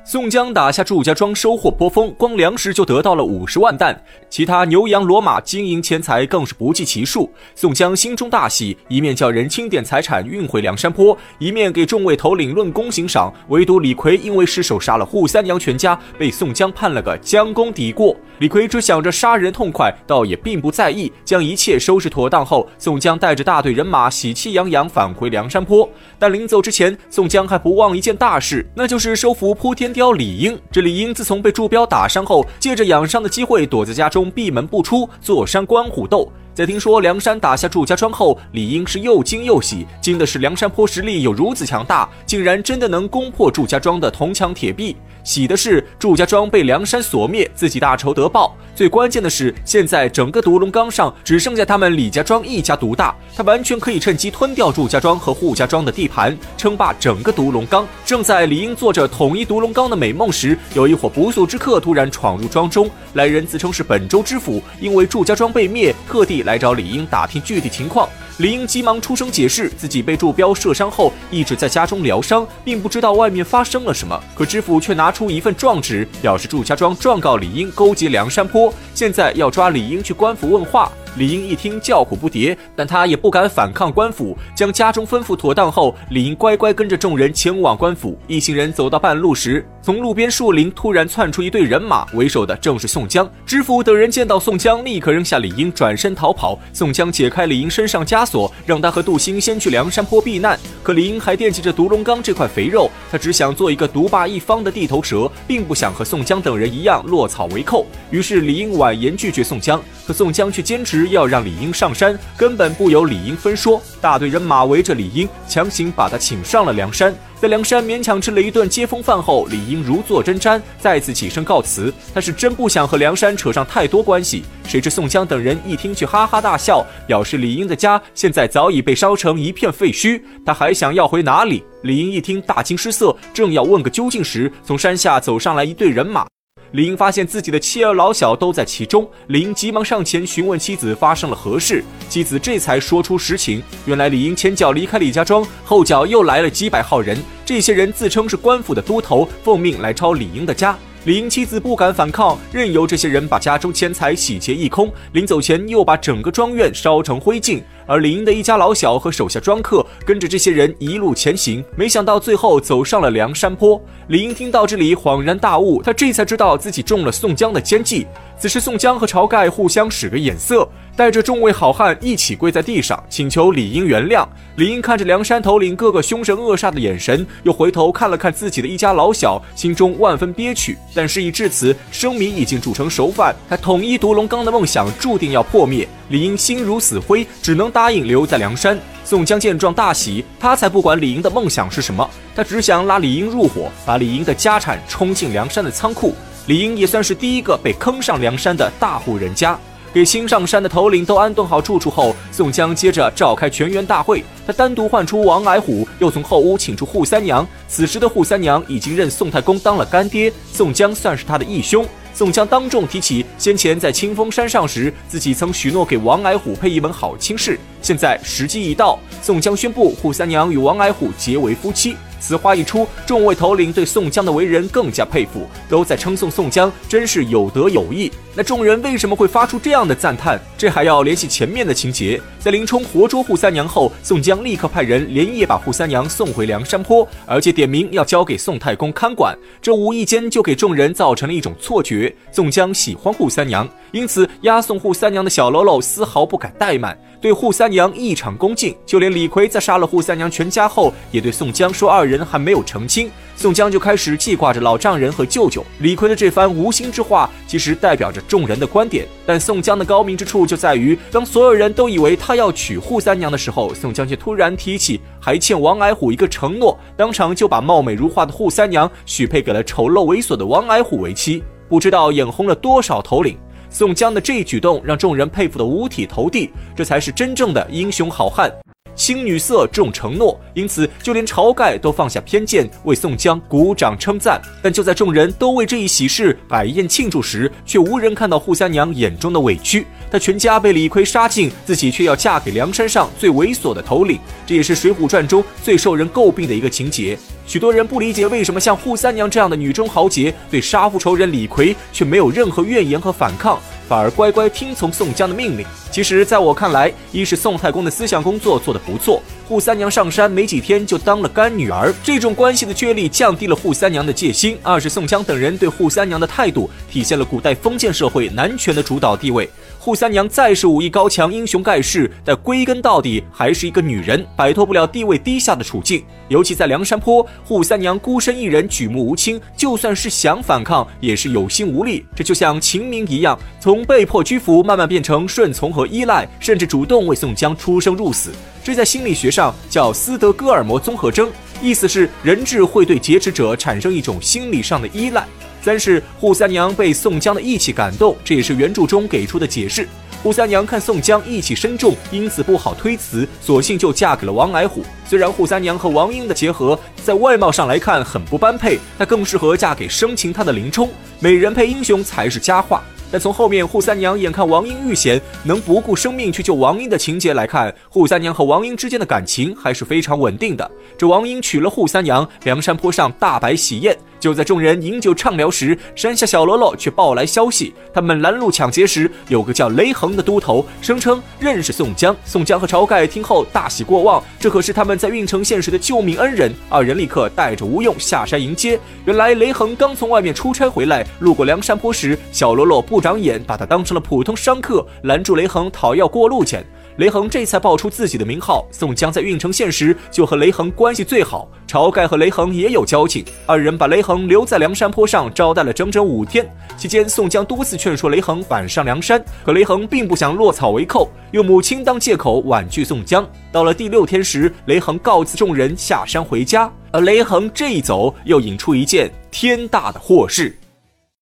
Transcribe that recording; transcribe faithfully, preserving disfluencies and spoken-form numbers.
宋江打下祝家庄，收获颇丰，光粮食就得到了五十万担，其他牛羊骡马金银钱财更是不计其数。宋江心中大喜，一面叫人清点财产运回梁山坡，一面给众位头领论功行赏。唯独李逵因为失手杀了扈三娘全家，被宋江判了个将功抵过。李逵只想着杀人痛快，倒也并不在意。将一切收拾妥当后，宋江带着大队人马喜气洋洋返回梁山坡。但临走之前，宋江还不忘一件大事，那就是收服扑天雕李应。这李应自从被祝彪打伤后，借着养伤的机会躲在家中闭门不出，坐山观虎斗。在听说梁山打下祝家庄后，李应是又惊又喜，惊的是梁山坡实力有如此强大，竟然真的能攻破祝家庄的铜墙铁壁；喜的是祝家庄被梁山所灭，自己大仇得报。最关键的是，现在整个独龙岗上只剩下他们李家庄一家独大，他完全可以趁机吞掉祝家庄和扈家庄的地盘，称霸整个独龙岗。正在李应做着统一独龙岗的美梦时，有一伙不速之客突然闯入庄中，来人自称是本州知府，因为祝家庄被灭，特地来找李应打听具体情况。李应急忙出声解释，自己被祝彪射伤后一直在家中疗伤，并不知道外面发生了什么。可知府却拿出一份状纸，表示祝家庄状告李应勾结梁山坡，现在要抓李应去官府问话。李应一听叫苦不迭，但他也不敢反抗官府，将家中吩咐妥当后，李应乖乖跟着众人前往官府。一行人走到半路时，从路边树林突然窜出一队人马，为首的正是宋江。知府等人见到宋江，立刻扔下李应，转身逃跑。宋江解开李应身上枷锁，让他和杜兴先去梁山坡避难。可李应还惦记着独龙岗这块肥肉，他只想做一个独霸一方的地头蛇，并不想和宋江等人一样落草为寇。于是李应婉言拒绝宋江，可宋江却坚持要让李应上山，根本不由李应分说。大队人马围着李应，强行把他请上了梁山。在梁山勉强吃了一顿接风饭后，李应如坐针毡，再次起身告辞。他是真不想和梁山扯上太多关系。谁知宋江等人一听却哈哈大笑，表示李应的家现在早已被烧成一片废墟，他还想要回哪里？李应一听大惊失色，正要问个究竟时，从山下走上来一队人马。李应发现自己的妻儿老小都在其中，李应急忙上前询问妻子发生了何事，妻子这才说出实情。原来李应前脚离开李家庄，后脚又来了几百号人，这些人自称是官府的都头，奉命来抄李应的家。李应妻子不敢反抗，任由这些人把家中钱财洗劫一空，临走前又把整个庄院烧成灰烬。而李应的一家老小和手下庄客跟着这些人一路前行，没想到最后走上了梁山坡。李应听到这里恍然大悟，他这才知道自己中了宋江的奸计。此时宋江和晁盖互相使个眼色，带着众位好汉一起跪在地上，请求李应原谅。李应看着梁山头领个个凶神恶煞的眼神，又回头看了看自己的一家老小，心中万分憋屈。但事已至此，生米已经煮成熟饭，他统一独龙岗的梦想注定要破灭。李应心如死灰，只能答应留在梁山。宋江见状大喜，他才不管李应的梦想是什么，他只想拉李应入伙，把李应的家产冲进梁山的仓库。李应也算是第一个被坑上梁山的大户人家。给新上山的头领都安顿好住处后，宋江接着召开全员大会，他单独唤出王矮虎，又从后屋请出扈三娘。此时的扈三娘已经认宋太公当了干爹，宋江算是他的义兄。宋江当众提起先前在清风山上时，自己曾许诺给王矮虎配一门好亲事，现在时机已到，宋江宣布扈三娘与王矮虎结为夫妻。此话一出，众位头领对宋江的为人更加佩服，都在称颂宋江真是有德有义。那众人为什么会发出这样的赞叹？这还要联系前面的情节。在林冲活捉扈三娘后，宋江立刻派人连夜把扈三娘送回梁山坡，而且点名要交给宋太公看管。这无意间就给众人造成了一种错觉，宋江喜欢扈三娘，因此押送扈三娘的小喽啰丝毫不敢怠慢，对扈三娘异常恭敬。就连李逵在杀了扈三娘全家后，也对宋江说二人还没有成亲，宋江就开始记挂着老丈人和舅舅。李逵的这番无心之话，其实代表着众人的观点，但宋江的高明之处就在于，当所有人都以为他要娶扈三娘的时候，宋江却突然提起还欠王矮虎一个承诺，当场就把貌美如花的扈三娘许配给了丑陋猥琐的王矮虎为妻，不知道眼红了多少头领。宋江的这一举动让众人佩服得五体投地，这才是真正的英雄好汉。 轻女色重承诺，因此就连晁盖都放下偏见，为宋江鼓掌称赞。但就在众人都为这一喜事摆宴庆祝时，却无人看到扈三娘眼中的委屈。她全家被李逵杀尽，自己却要嫁给梁山上最猥琐的头领，这也是《水浒传》中最受人诟病的一个情节。许多人不理解为什么像扈三娘这样的女中豪杰，对杀父仇人李逵却没有任何怨言和反抗，反而乖乖听从宋江的命令。其实在我看来，一是宋太公的思想工作做得不错，扈三娘上山没几天就当了干女儿，这种关系的确立降低了扈三娘的戒心；二是宋江等人对扈三娘的态度体现了古代封建社会男权的主导地位。扈三娘再是武艺高强、英雄盖世，但归根到底还是一个女人，摆脱不了地位低下的处境。尤其在梁山坡，扈三娘孤身一人，举目无亲，就算是想反抗，也是有心无力。这就像秦明一样，从被迫屈服慢慢变成顺从和依赖，甚至主动为宋江出生入死。这在心理学上叫斯德哥尔摩综合征，意思是人质会对劫持者产生一种心理上的依赖。三是扈三娘被宋江的义气感动，这也是原著中给出的解释。扈三娘看宋江义气深重，因此不好推辞，索性就嫁给了王矮虎。虽然扈三娘和王英的结合在外貌上来看很不般配，她更适合嫁给生擒她的林冲，美人配英雄才是佳话。但从后面扈三娘眼看王英遇险，能不顾生命去救王英的情节来看，扈三娘和王英之间的感情还是非常稳定的。这王英娶了扈三娘，梁山坡上大摆喜宴。就在众人饮酒畅聊时，山下小喽啰却报来消息，他们拦路抢劫时，有个叫雷横的都头声称认识宋江。宋江和晁盖听后大喜过望，这可是他们在郓城县时的救命恩人。二人立刻带着吴用下山迎接。原来雷横刚从外面出差回来，路过梁山坡时，小喽啰不长眼，把他当成了普通商客，拦住雷横讨要过路钱。雷横这才报出自己的名号。宋江在郓城县时就和雷横关系最好，晁盖和雷横也有交情，二人把雷横留在梁山坡上招待了整整五天。期间宋江多次劝说雷横返上梁山，可雷横并不想落草为寇，用母亲当借口婉拒宋江。到了第六天时，雷横告辞众人下山回家，而雷横这一走又引出一件天大的祸事。